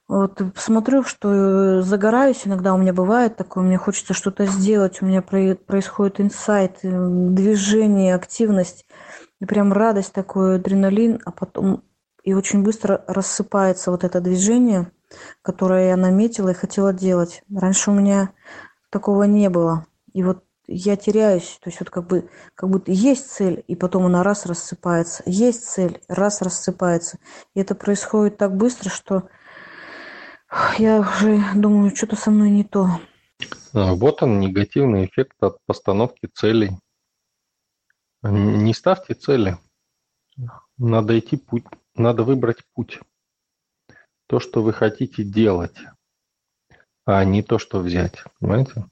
Вот смотрю, что загораюсь, иногда у меня бывает такое, мне хочется что-то сделать, у меня происходит инсайт, движение, активность, и прям радость такой, адреналин, а потом и очень быстро рассыпается вот это движение, которое я наметила и хотела делать. Раньше у меня такого не было. И вот я теряюсь, то есть вот как будто есть цель, и потом она раз рассыпается, есть цель, раз рассыпается. И это происходит так быстро, что я уже думаю, что-то со мной не то. Вот он, негативный эффект от постановки целей. Не ставьте цели. Надо идти путь, надо выбрать путь. То, что вы хотите делать, а не то, что взять. Понимаете?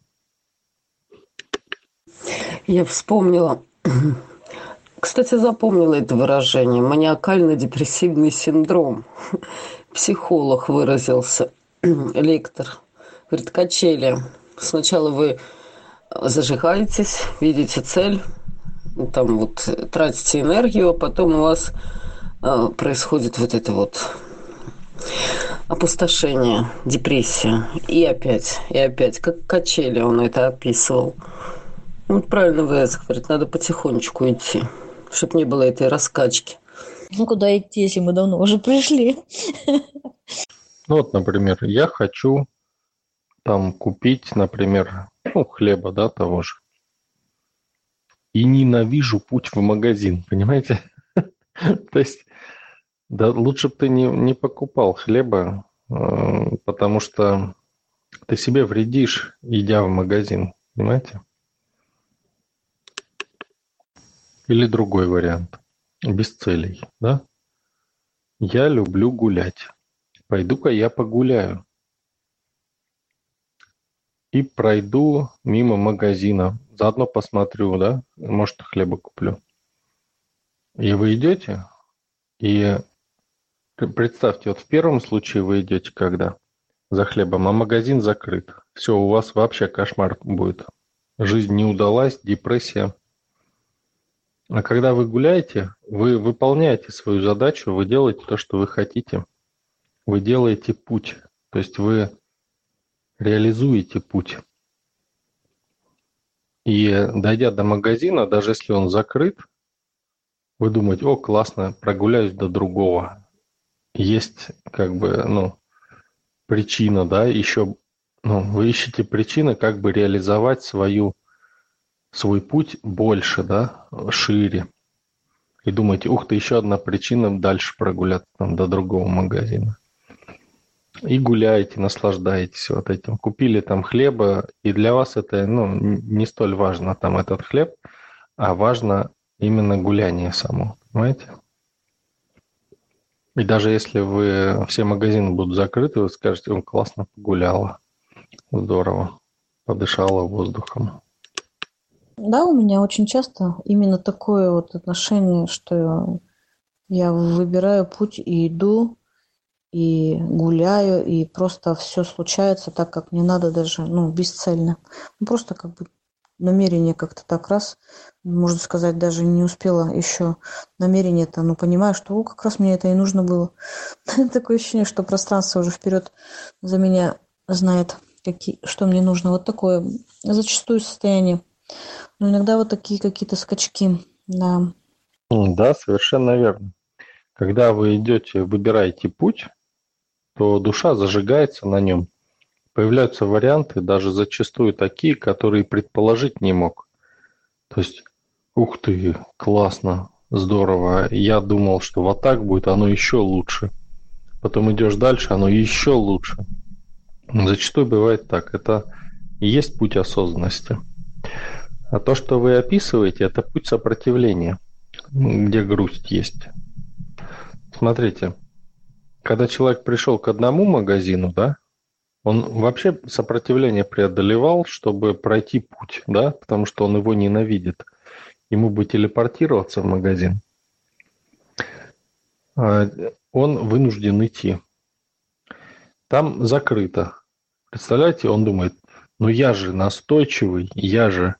Я вспомнила, кстати, запомнила это выражение. Маниакально-депрессивный синдром. Психолог выразился, лектор. Говорит, качели. Сначала вы зажигаетесь, видите цель, там вот тратите энергию, а потом у вас происходит вот это вот опустошение, депрессия. И опять, как качели он это описывал. Ну, правильно ВС говорит, надо потихонечку идти, чтобы не было этой раскачки. Ну, куда идти, если мы давно уже пришли? Ну вот, например, я хочу там купить, например, ну, хлеба, да, того же. И ненавижу путь в магазин, понимаете? То есть, да, лучше бы ты не покупал хлеба, потому что ты себе вредишь, идя в магазин, понимаете? Или другой вариант, без целей, да? Я люблю гулять. Пойду-ка я погуляю. И пройду мимо магазина. Заодно посмотрю, да? Может, хлеба куплю. И вы идете, и представьте, вот в первом случае вы идете когда? За хлебом, а магазин закрыт. Все, у вас вообще кошмар будет. Жизнь не удалась, депрессия. А когда вы гуляете, вы выполняете свою задачу, вы делаете то, что вы хотите. Вы делаете путь. То есть вы реализуете путь. И дойдя до магазина, даже если он закрыт, вы думаете, о, классно, прогуляюсь до другого. Есть как бы, ну, причина, да, еще, ну, вы ищете причины, как бы реализовать свой путь больше, да, шире. И думаете, ух ты, еще одна причина дальше прогуляться там, до другого магазина. И гуляете, наслаждаетесь вот этим. Купили там хлеба, и для вас это, ну, не столь важно там этот хлеб, а важно именно гуляние само, понимаете? И даже если все магазины будут закрыты, вы скажете, он классно погуляла, здорово, подышала воздухом. Да, у меня очень часто именно такое вот отношение, что я выбираю путь и иду, и гуляю, и просто все случается так, как мне надо даже, ну, бесцельно. Ну, просто как бы намерение как-то так раз, можно сказать, даже не успела еще намерение-то, но понимаю, что как раз мне это и нужно было. Такое ощущение, что пространство уже вперед за меня знает, что мне нужно. Вот такое зачастую состояние. Но иногда вот такие какие-то скачки, да. Да, совершенно верно. Когда вы идете, выбираете путь, то душа зажигается на нем. Появляются варианты, даже зачастую такие, которые предположить не мог. То есть, ух ты, классно, здорово. Я думал, что вот так будет, оно еще лучше. Потом идешь дальше, оно еще лучше. Зачастую бывает так. Это и есть путь осознанности. А то, что вы описываете, это путь сопротивления, где грусть есть. Смотрите, когда человек пришел к одному магазину, да, он вообще сопротивление преодолевал, чтобы пройти путь, да, потому что он его ненавидит. Ему бы телепортироваться в магазин, а он вынужден идти. Там закрыто. Представляете, он думает, ну я же настойчивый, я же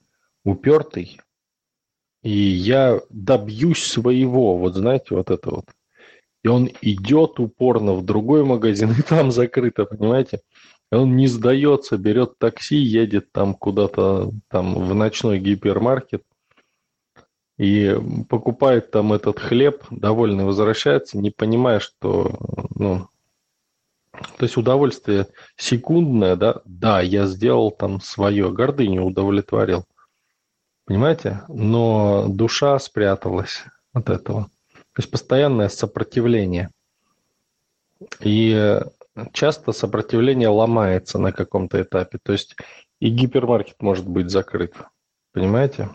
упертый, и я добьюсь своего. Вот знаете, вот это вот. И он идет упорно в другой магазин, и там закрыто, понимаете? И он не сдается, берет такси, едет там куда-то там в ночной гипермаркет и покупает там этот хлеб, довольный возвращается, не понимая, что, ну, то есть удовольствие секундное, да, да, я сделал там свое, гордыню удовлетворил, понимаете? Но душа спряталась от этого. То есть постоянное сопротивление. И часто сопротивление ломается на каком-то этапе. То есть и гипермаркет может быть закрыт. Понимаете?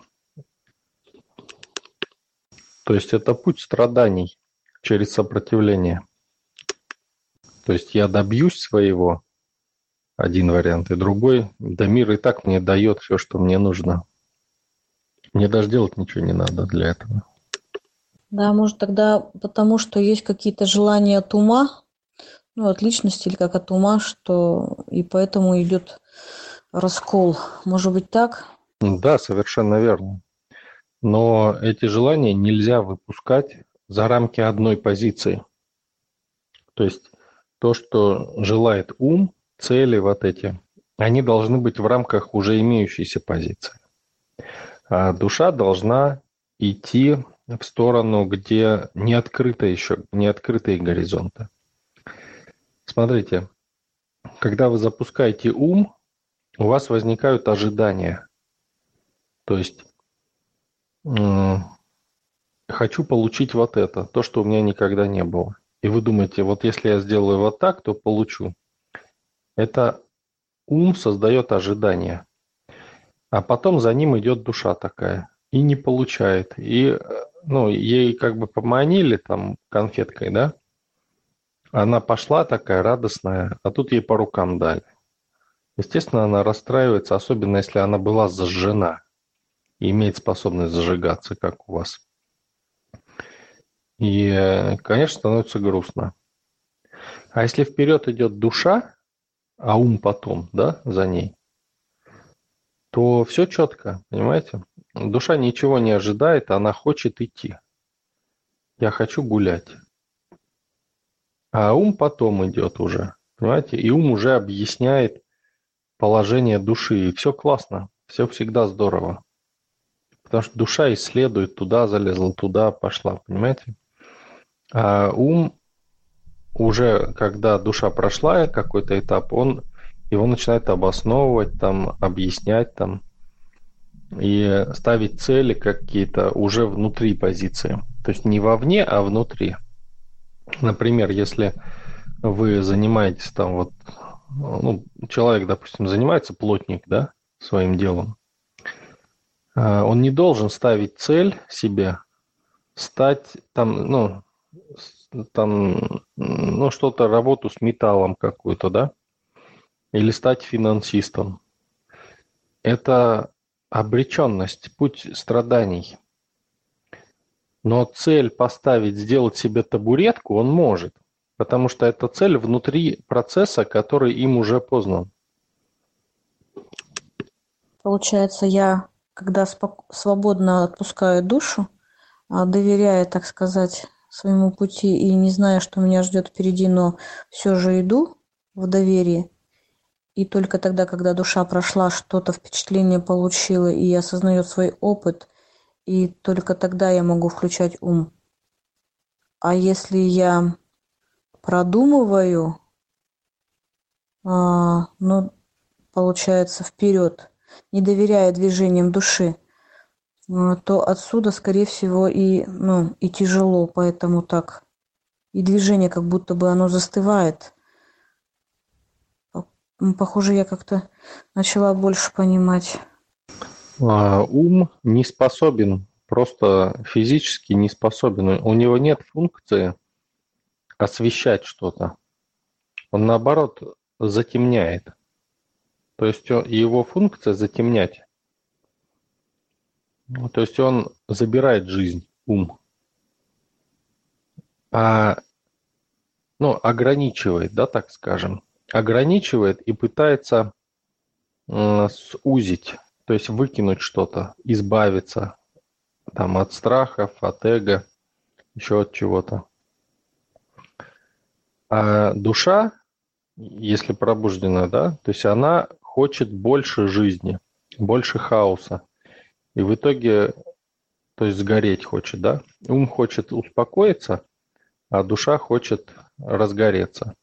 То есть это путь страданий через сопротивление. То есть я добьюсь своего, один вариант, и другой, да мир и так мне дает все, что мне нужно. Мне даже делать ничего не надо для этого. Да, может тогда потому, что есть какие-то желания от ума, ну, от личности или как от ума, что и поэтому идет раскол. Может быть так? Да, совершенно верно. Но эти желания нельзя выпускать за рамки одной позиции. То есть то, что желает ум, цели вот эти, они должны быть в рамках уже имеющейся позиции. А душа должна идти в сторону, где не открыто еще, не открытые горизонты. Смотрите, когда вы запускаете ум, у вас возникают ожидания. То есть хочу получить вот это, то, что у меня никогда не было. И вы думаете, вот если я сделаю вот так, то получу. Это ум создает ожидания. А потом за ним идет душа такая. И не получает. И ну, ей как бы поманили там конфеткой, да? Она пошла такая радостная, а тут ей по рукам дали. Естественно, она расстраивается, особенно если она была зажжена и имеет способность зажигаться, как у вас. И, конечно, становится грустно. А если вперед идет душа, а ум потом, да, за ней, то все четко, понимаете? Душа ничего не ожидает, она хочет идти. Я хочу гулять. А ум потом идет уже, понимаете? И ум уже объясняет положение души. И все классно, все всегда здорово. Потому что душа исследует, туда залезла, туда пошла, понимаете? А ум уже, когда душа прошла какой-то этап, он его начинает обосновывать, там, объяснять, там, и ставить цели какие-то уже внутри позиции. То есть не вовне, а внутри. Например, если вы занимаетесь там вот, ну, человек, допустим, занимается плотник, да, своим делом, он не должен ставить цель себе стать там, ну, что-то, работу с металлом какую-то, да, или стать финансистом. Это обреченность, путь страданий. Но цель поставить, сделать себе табуретку он может, потому что это цель внутри процесса, который им уже познан. Получается, я, когда свободно отпускаю душу, доверяя, так сказать, своему пути и не зная, что меня ждет впереди, но все же иду в доверии. И только тогда, когда душа прошла, что-то впечатление получила и осознает свой опыт, и только тогда я могу включать ум. А если я продумываю, ну, получается, вперед, не доверяя движениям души, то отсюда, скорее всего, и тяжело, поэтому так. И движение как будто бы оно застывает. Похоже, я как-то начала больше понимать. Ум не способен, просто физически не способен. У него нет функции освещать что-то. Он, наоборот, затемняет. То есть его функция затемнять. То есть он забирает жизнь, ум. Ограничивает, да, так скажем. Ограничивает и пытается сузить, то есть выкинуть что-то, избавиться там, от страхов, от эго, еще от чего-то. А душа, если пробуждена, да, то есть она хочет больше жизни, больше хаоса. И в итоге, то есть сгореть хочет, да? Ум хочет успокоиться, а душа хочет разгореться.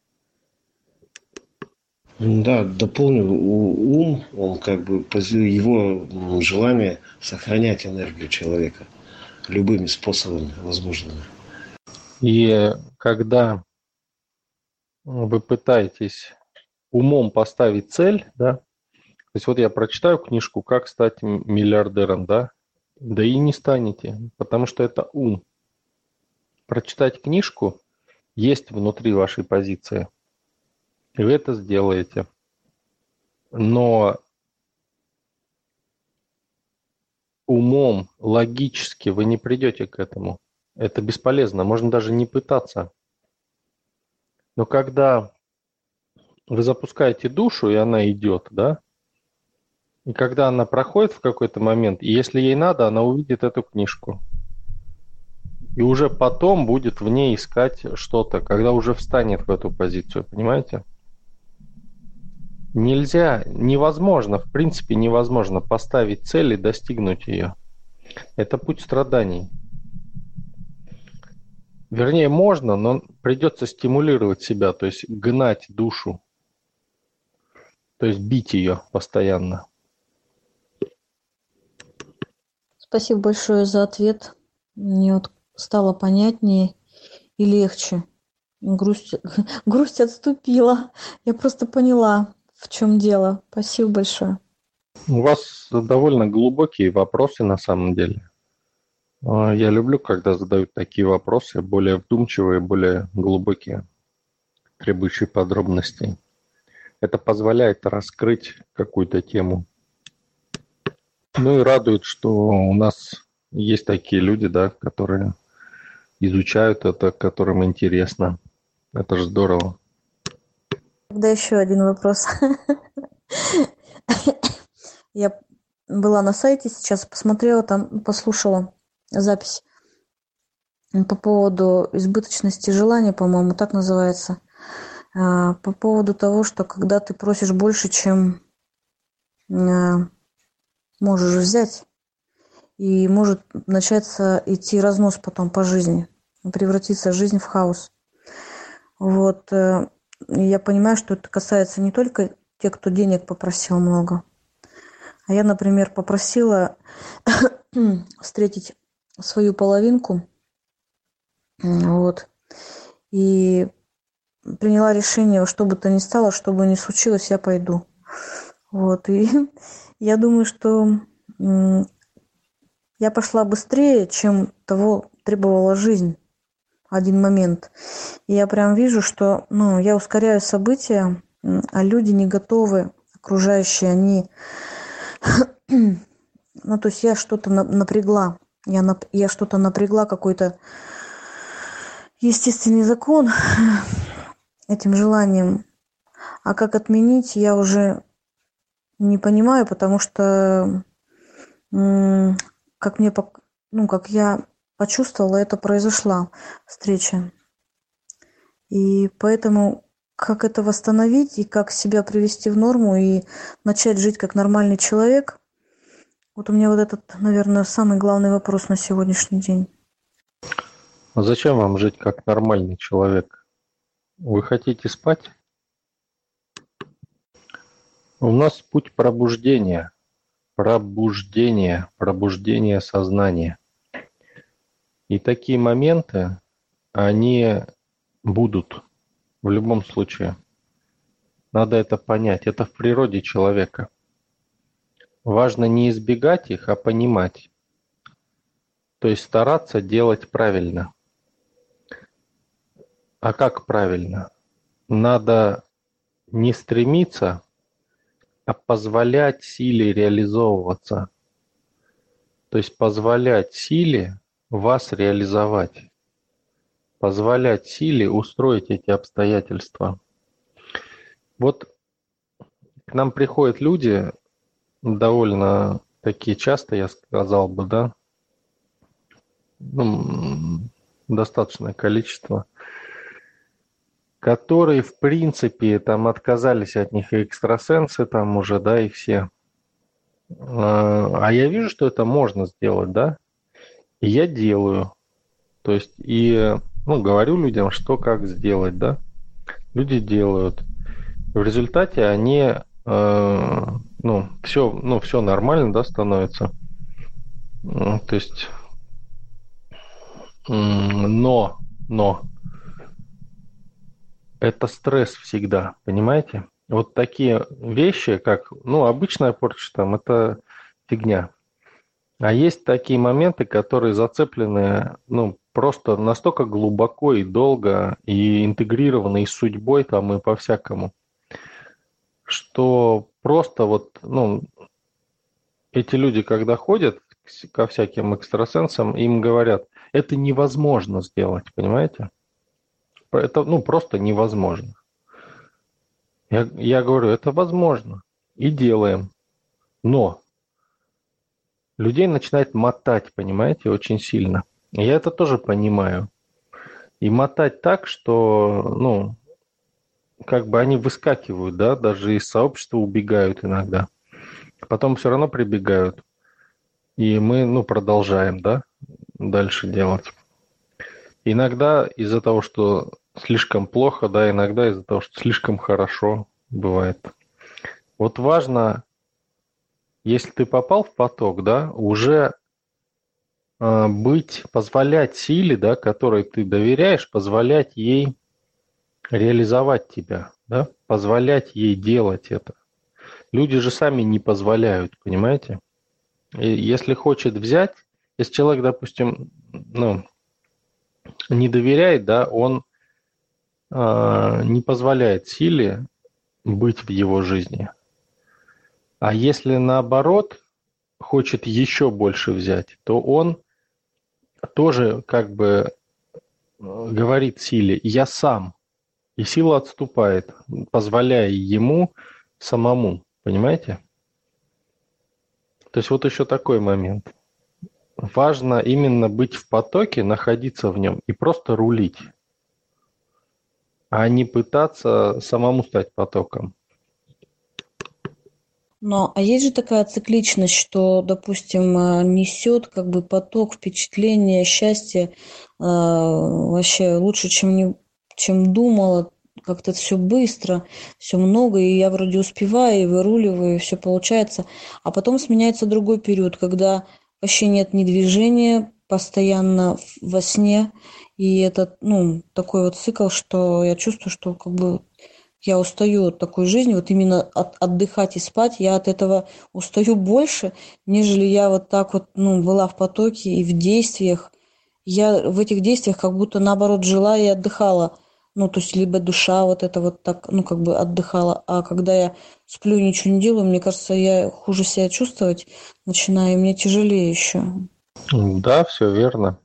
Да, дополню, ум, он как бы, его желание сохранять энергию человека любыми способами возможными. И когда вы пытаетесь умом поставить цель, да, то есть вот я прочитаю книжку «Как стать миллиардером», да, да и не станете, потому что это ум. Прочитать книжку есть внутри вашей позиции, и вы это сделаете. Но умом, логически вы не придете к этому. Это бесполезно, можно даже не пытаться. Но когда вы запускаете душу, и она идет, да, и когда она проходит в какой-то момент, и если ей надо, она увидит эту книжку. И уже потом будет в ней искать что-то, когда уже встанет в эту позицию, понимаете? Нельзя, невозможно, в принципе невозможно поставить цель и достигнуть ее. Это путь страданий. Вернее, можно, но придется стимулировать себя, то есть гнать душу, то есть бить ее постоянно. Спасибо большое за ответ. Мне вот стало понятнее и легче. Грусть, грусть отступила. Я просто поняла, в чем дело. Спасибо большое. У вас довольно глубокие вопросы на самом деле. Я люблю, когда задают такие вопросы, более вдумчивые, более глубокие, требующие подробностей. Это позволяет раскрыть какую-то тему. Ну и радует, что у нас есть такие люди, да, которые изучают это, которым интересно. Это же здорово. Тогда еще один вопрос. Я была на сайте сейчас, посмотрела там, послушала запись по поводу избыточности желания, по-моему, так называется. По поводу того, что когда ты просишь больше, чем можешь взять, и может начаться идти разнос потом по жизни, превратиться жизнь в хаос. Вот. Я понимаю, что это касается не только тех, кто денег попросил много. А я, например, попросила встретить свою половинку. Вот. И приняла решение, что бы то ни стало, что бы ни случилось, я пойду. Вот. И я думаю, что я пошла быстрее, чем того требовала жизнь. Один момент. И я прям вижу, что я ускоряю события, а люди не готовы, окружающие, они... то есть я что-то напрягла. Я что-то напрягла, какой-то естественный закон этим желанием. А как отменить, я уже не понимаю, потому что как я почувствовала, это произошла встреча. И поэтому как это восстановить и как себя привести в норму и начать жить как нормальный человек, вот у меня вот этот, наверное, самый главный вопрос на сегодняшний день. А зачем вам жить как нормальный человек? Вы хотите спать? У нас путь пробуждения сознания. И такие моменты, они будут в любом случае. Надо это понять. Это в природе человека. Важно не избегать их, а понимать. То есть стараться делать правильно. А как правильно? Надо не стремиться, а позволять силе реализовываться. То есть позволять силе вас реализовать. Позволять силе устроить эти обстоятельства. Вот к нам приходят люди, довольно такие часто, я сказал бы, да, достаточное количество. которые, в принципе, там отказались от них и экстрасенсы там уже, да, и все. А я вижу, что это можно сделать, да, и я делаю. То есть, и, ну, говорю людям, что как сделать, да. Люди делают. В результате они, все нормально, да, становится. То есть, но это стресс всегда, понимаете? Вот такие вещи, как, ну, обычная порча, там, это фигня. А есть такие моменты, которые зацеплены, ну, просто настолько глубоко и долго, и интегрированы и с судьбой, там, и по-всякому, что просто вот, ну, эти люди, когда ходят ко всяким экстрасенсам, им говорят, это невозможно сделать, понимаете? Это, ну, просто невозможно. Я говорю, это возможно. И делаем. Но людей начинает мотать, понимаете, очень сильно. Я это тоже понимаю. И мотать так, что, ну, как бы они выскакивают, да, даже из сообщества убегают иногда. Потом все равно прибегают. И мы, ну, продолжаем, да, дальше делать. Иногда из-за того, что слишком плохо, да, иногда из-за того, что слишком хорошо бывает. Вот важно, если ты попал в поток, да, уже позволять силе, да, которой ты доверяешь, позволять ей реализовать тебя, да, позволять ей делать это. Люди же сами не позволяют, понимаете? И если хочет взять, если человек, допустим, ну, не доверяет, да, он не позволяет силе быть в его жизни. А если наоборот хочет еще больше взять, то он тоже как бы говорит силе «я сам». И сила отступает, позволяя ему самому. Понимаете? То есть вот еще такой момент. Важно именно быть в потоке, находиться в нем и просто рулить, а не пытаться самому стать потоком. Но, а есть же такая цикличность, что, допустим, несет как бы поток впечатления, счастья вообще лучше, чем думала, как-то все быстро, все много, и я вроде успеваю, и выруливаю, и все получается. А потом сменяется другой период, когда вообще нет ни движения, постоянно во сне, и это, ну, такой вот цикл, что я чувствую, что как бы я устаю от такой жизни, вот именно отдыхать и спать, я от этого устаю больше, нежели я вот так вот, ну, была в потоке и в действиях. Я в этих действиях как будто наоборот жила и отдыхала. Ну, то есть либо душа вот это вот так, ну, как бы отдыхала. А когда я сплю и ничего не делаю, мне кажется, я хуже себя чувствовать начинаю, и мне тяжелее еще. Да, все верно.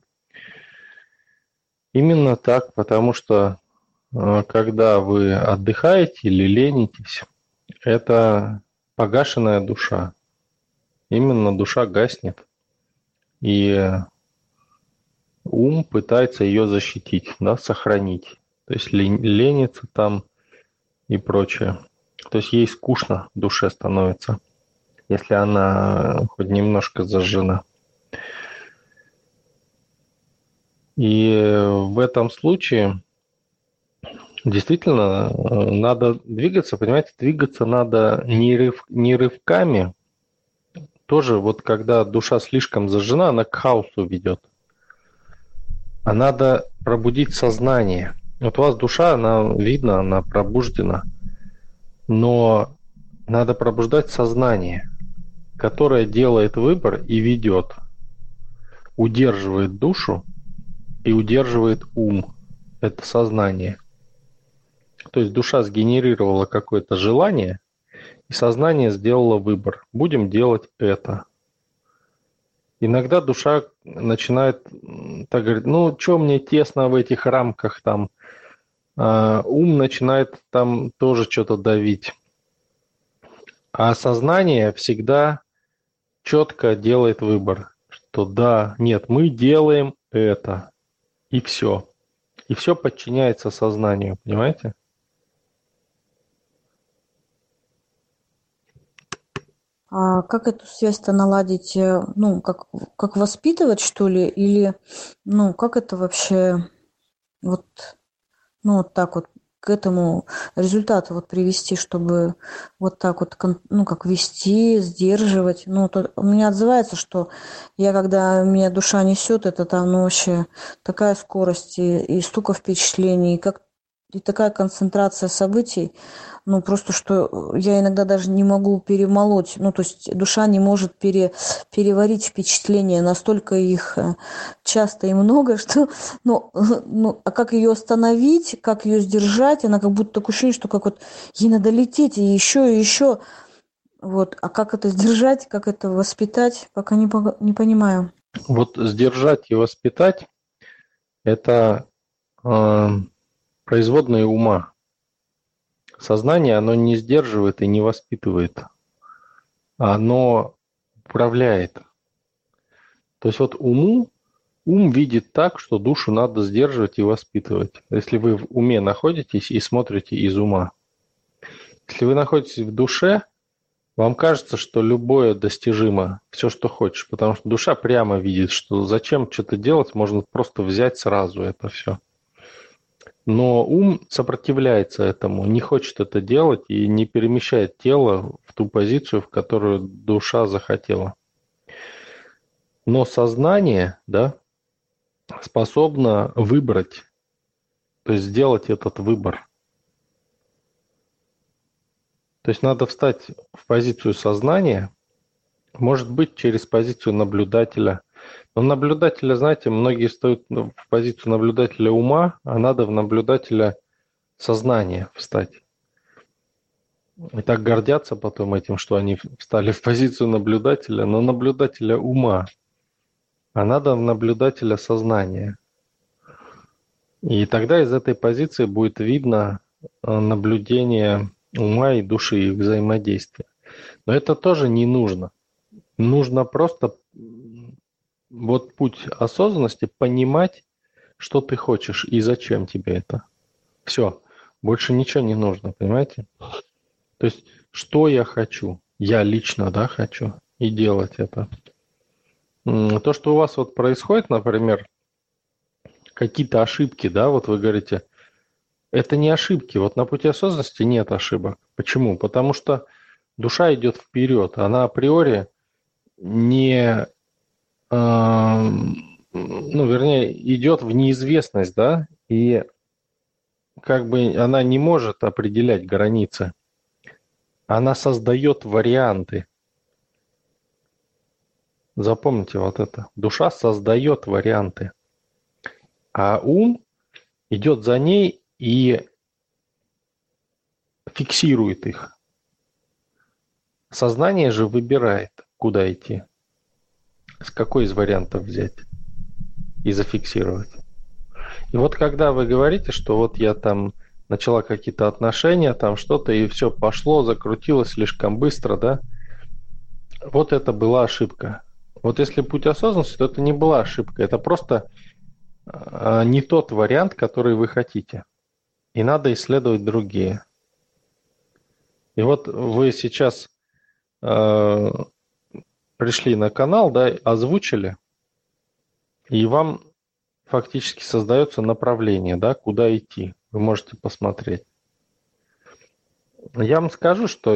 Именно так, потому что когда вы отдыхаете или ленитесь, это погашенная душа. Именно душа гаснет, и ум пытается ее защитить, да, сохранить. То есть ленится там и прочее. То есть ей скучно душе становится, если она хоть немножко зажжена. И в этом случае действительно надо двигаться, понимаете, двигаться надо не рывками. Тоже вот когда душа слишком зажжена, она к хаосу ведет. А надо пробудить сознание. Вот у вас душа, она видно, она пробуждена. Но надо пробуждать сознание, которое делает выбор и ведет. Удерживает душу и удерживает ум. Это сознание. То есть душа сгенерировала какое-то желание, и сознание сделало выбор. Будем делать это. Иногда душа начинает так говорить, ну, что мне тесно в этих рамках там. Ум начинает там тоже что-то давить. А сознание всегда четко делает выбор, что да, нет, мы делаем это. И все. И все подчиняется сознанию, понимаете? А как эту связь-то наладить? Ну, как воспитывать, что ли? Или, ну, как это вообще, вот, ну, вот так вот к этому результату вот привести, чтобы вот так вот, ну, как вести, сдерживать. Ну, у меня отзывается, что я, когда меня душа несет, это там, ну, вообще такая скорость и столько впечатлений, и такая концентрация событий, ну, просто что я иногда даже не могу перемолоть. Ну, то есть душа не может переварить впечатления, настолько их часто и много, что, ну, а как ее остановить, как ее сдержать, она как будто такое ощущение, что как вот ей надо лететь и еще, и еще. Вот, а как это сдержать, как это воспитать, пока не понимаю. Вот сдержать и воспитать – это э, производные ума. Сознание, оно не сдерживает и не воспитывает. Оно управляет. То есть вот ум видит так, что душу надо сдерживать и воспитывать. Если вы в уме находитесь и смотрите из ума. Если вы находитесь в душе, вам кажется, что любое достижимо, все, что хочешь, потому что душа прямо видит, что зачем что-то делать, можно просто взять сразу это все. Но ум сопротивляется этому, не хочет это делать и не перемещает тело в ту позицию, в которую душа захотела. Но сознание, да, способно выбрать, то есть сделать этот выбор. То есть надо встать в позицию сознания, может быть, через позицию наблюдателя. Но наблюдателя, знаете, многие встают в позицию наблюдателя ума, а надо в наблюдателя сознания встать. И так гордятся потом этим, что они встали в позицию наблюдателя, но наблюдателя ума, а надо в наблюдателя сознания. И тогда из этой позиции будет видно наблюдение ума и души, их взаимодействие. Но это тоже не нужно. Нужно просто вот путь осознанности понимать, что ты хочешь и зачем тебе это. Все, больше ничего не нужно, понимаете? То есть, что я хочу? Я лично, да, хочу и делать это. То, что у вас вот происходит, например, какие-то ошибки, да, вот вы говорите, это не ошибки. Вот на пути осознанности нет ошибок. Почему? Потому что душа идет вперед. Она априори не, ну, вернее, идет в неизвестность, да, и как бы она не может определять границы. Она создает варианты. Запомните вот это. Душа создает варианты. А ум идет за ней и фиксирует их. Сознание же выбирает, куда идти. С какой из вариантов взять и зафиксировать. И вот когда вы говорите, что вот я там начала какие-то отношения, там что-то, и все пошло, закрутилось слишком быстро, да, вот это была ошибка. Вот если путь осознанности, то это не была ошибка, это просто не тот вариант, который вы хотите. И надо исследовать другие. И вот вы сейчас пришли на канал, да, озвучили, и вам фактически создается направление, да, куда идти. Вы можете посмотреть. Я вам скажу, что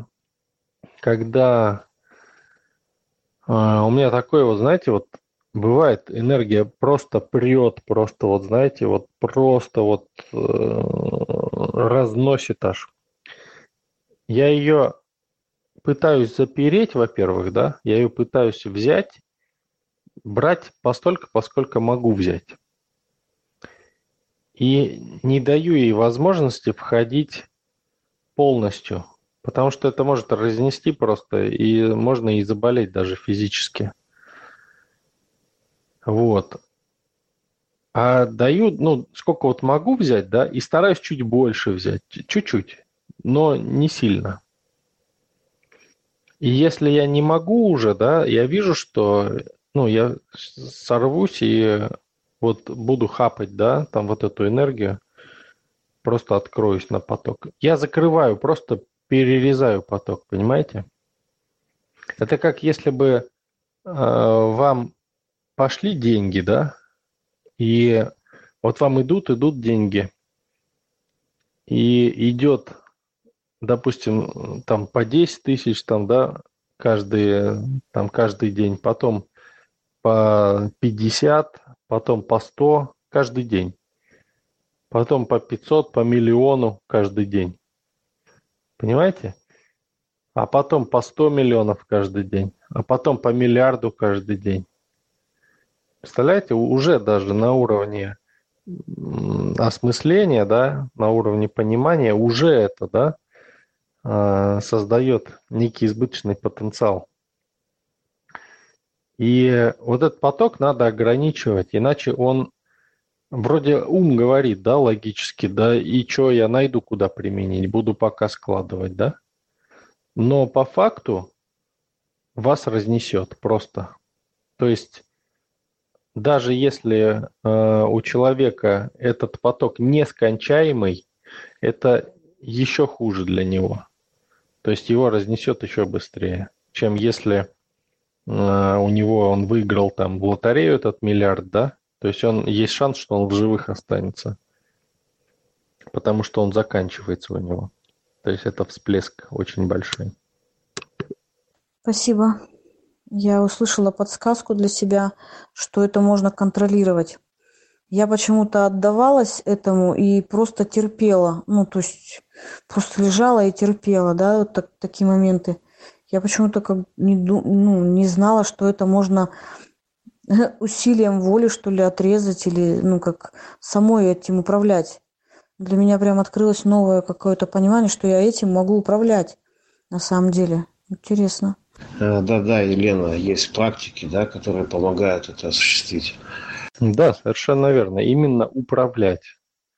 когда у меня такое, вот знаете, вот бывает энергия просто прет, просто вот знаете, вот просто вот разносит аж. Я ее пытаюсь запереть, во-первых, да, я ее пытаюсь взять, брать постольку, поскольку могу взять. И не даю ей возможности входить полностью, потому что это может разнести просто, и можно и заболеть даже физически. Вот. А даю, ну, сколько вот могу взять, да, и стараюсь чуть больше взять, чуть-чуть, но не сильно. И если я не могу уже, да, я вижу, что, ну, я сорвусь и вот буду хапать, да, там вот эту энергию, просто откроюсь на поток. Я закрываю, просто перерезаю поток, понимаете? Это как если бы вам пошли деньги, да, и вот вам идут деньги, и идет, допустим, там по 10 тысяч, там, да, каждый день, потом по 50, потом по 100 каждый день, потом по 500, по миллиону каждый день. Понимаете? А потом по 100 миллионов каждый день, а потом по миллиарду каждый день. Представляете, уже даже на уровне осмысления, да, на уровне понимания, уже это, да, создает некий избыточный потенциал. И вот этот поток надо ограничивать, иначе он вроде ум говорит, да, логически, да, и что я найду, куда применить, буду пока складывать, да. Но по факту вас разнесет просто. То есть даже если у человека этот поток нескончаемый, это еще хуже для него. То есть его разнесет еще быстрее, чем если у него он выиграл там в лотерею этот миллиард, да? То есть есть шанс, что он в живых останется, потому что он заканчивается у него. То есть это всплеск очень большой. Спасибо. Я услышала подсказку для себя, что это можно контролировать. Я почему-то отдавалась этому и просто терпела. Ну, то есть просто лежала и терпела, да, вот такие моменты. Я почему-то как не знала, что это можно усилием воли, что ли, отрезать или, ну, как самой этим управлять. Для меня прям открылось новое какое-то понимание, что я этим могу управлять на самом деле. Интересно. Да, Елена, есть практики, да, которые помогают это осуществить. Да, совершенно верно. Именно управлять.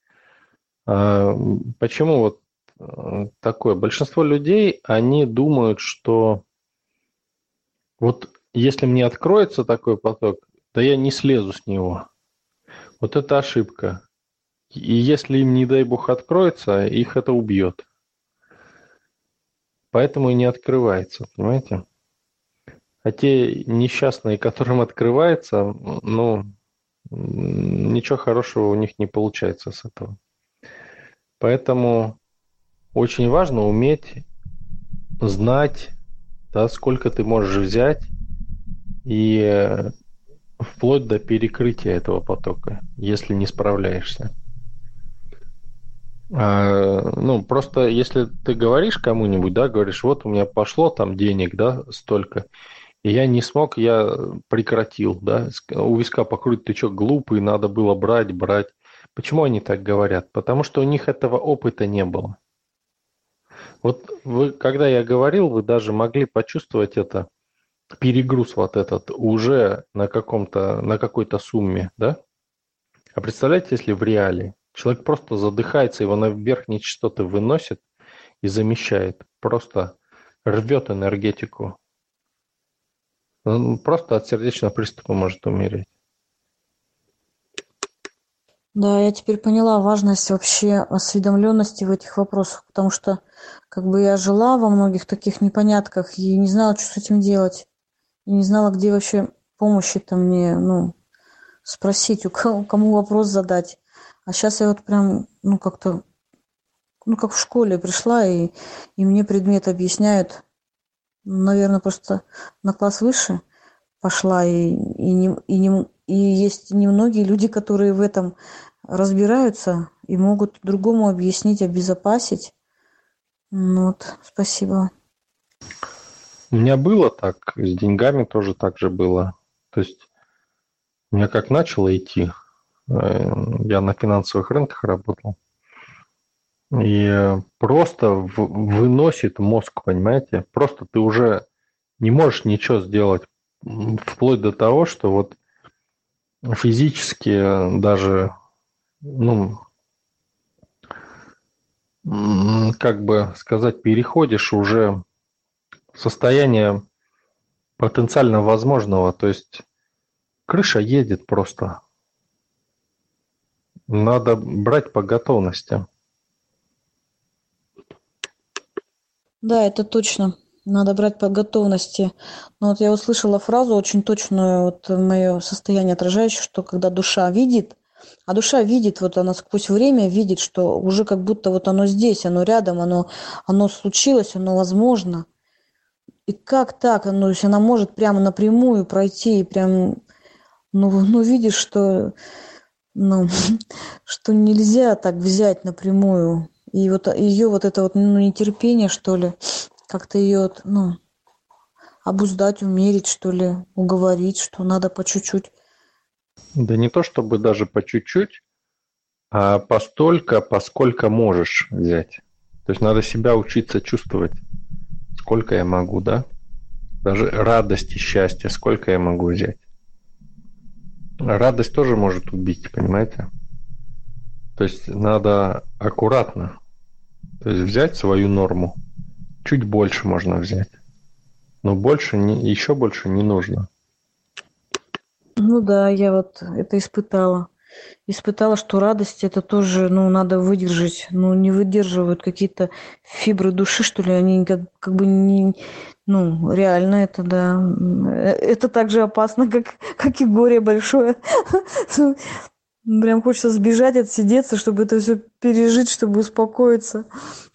Почему вот такое? Большинство людей, они думают, что вот если мне откроется такой поток, да я не слезу с него. Вот это ошибка. И если им, не дай бог, откроется, их это убьет. Поэтому и не открывается, понимаете? А те несчастные, которым открывается, ну, ничего хорошего у них не получается с этого. Поэтому очень важно уметь знать, да, сколько ты можешь взять, и вплоть до перекрытия этого потока, если не справляешься. Ну, просто если ты говоришь кому-нибудь, да, говоришь, вот у меня пошло там денег, да, столько, и я не смог, я прекратил, да, у виска покрутить, ты что, глупый, надо было брать. Почему они так говорят? Потому что у них этого опыта не было. Вот вы, когда я говорил, вы даже могли почувствовать это, перегруз вот этот уже на какой-то сумме, да? А представляете, если в реале человек просто задыхается, его на верхние частоты выносит и замещает, просто рвет энергетику. Он просто от сердечного приступа может умереть. Да, я теперь поняла важность вообще осведомленности в этих вопросах, потому что как бы я жила во многих таких непонятках и не знала, что с этим делать. И не знала, где вообще помощи-то мне, ну, спросить, кому вопрос задать. А сейчас я вот прям, ну, как-то, ну, как в школе пришла, и мне предмет объясняют. Наверное, просто на класс выше пошла, и есть немногие люди, которые в этом разбираются и могут другому объяснить, обезопасить. Ну вот, спасибо. У меня было так, с деньгами тоже так же было. То есть у меня как начало идти, я на финансовых рынках работал, и просто выносит мозг, понимаете? Просто ты уже не можешь ничего сделать, вплоть до того, что вот физически даже, ну, как бы сказать, переходишь уже в состояние потенциально возможного, то есть крыша едет просто. Надо брать по готовности. Да, это точно. Надо брать по готовности. Но вот я услышала фразу очень точную, вот мое состояние отражающее, что когда душа видит, а душа видит, вот она сквозь время видит, что уже как будто вот оно здесь, оно рядом, оно случилось, оно возможно. И как так? Ну, то есть она может прямо напрямую пройти и прям, ну видишь, что, ну, что нельзя так взять напрямую. И вот ее вот это вот, ну, нетерпение, что ли, как-то ее, ну, обуздать, умерить, что ли, уговорить, что надо по чуть-чуть. Да не то чтобы даже по чуть-чуть, а постолько, поскольку можешь взять. То есть надо себя учиться чувствовать, сколько я могу, да? Даже радости, счастья, сколько я могу взять. Радость тоже может убить, понимаете? То есть надо аккуратно. То есть взять свою норму. Чуть больше можно взять. Но больше еще больше не нужно. Ну да, я вот это испытала. Испытала, что радость это тоже, ну, надо выдержать. Ну, не выдерживают какие-то фибры души, что ли, они как бы не... Ну, реально это, да. Это так же опасно, как и горе большое. Прям хочется сбежать, отсидеться, чтобы это все пережить, чтобы успокоиться.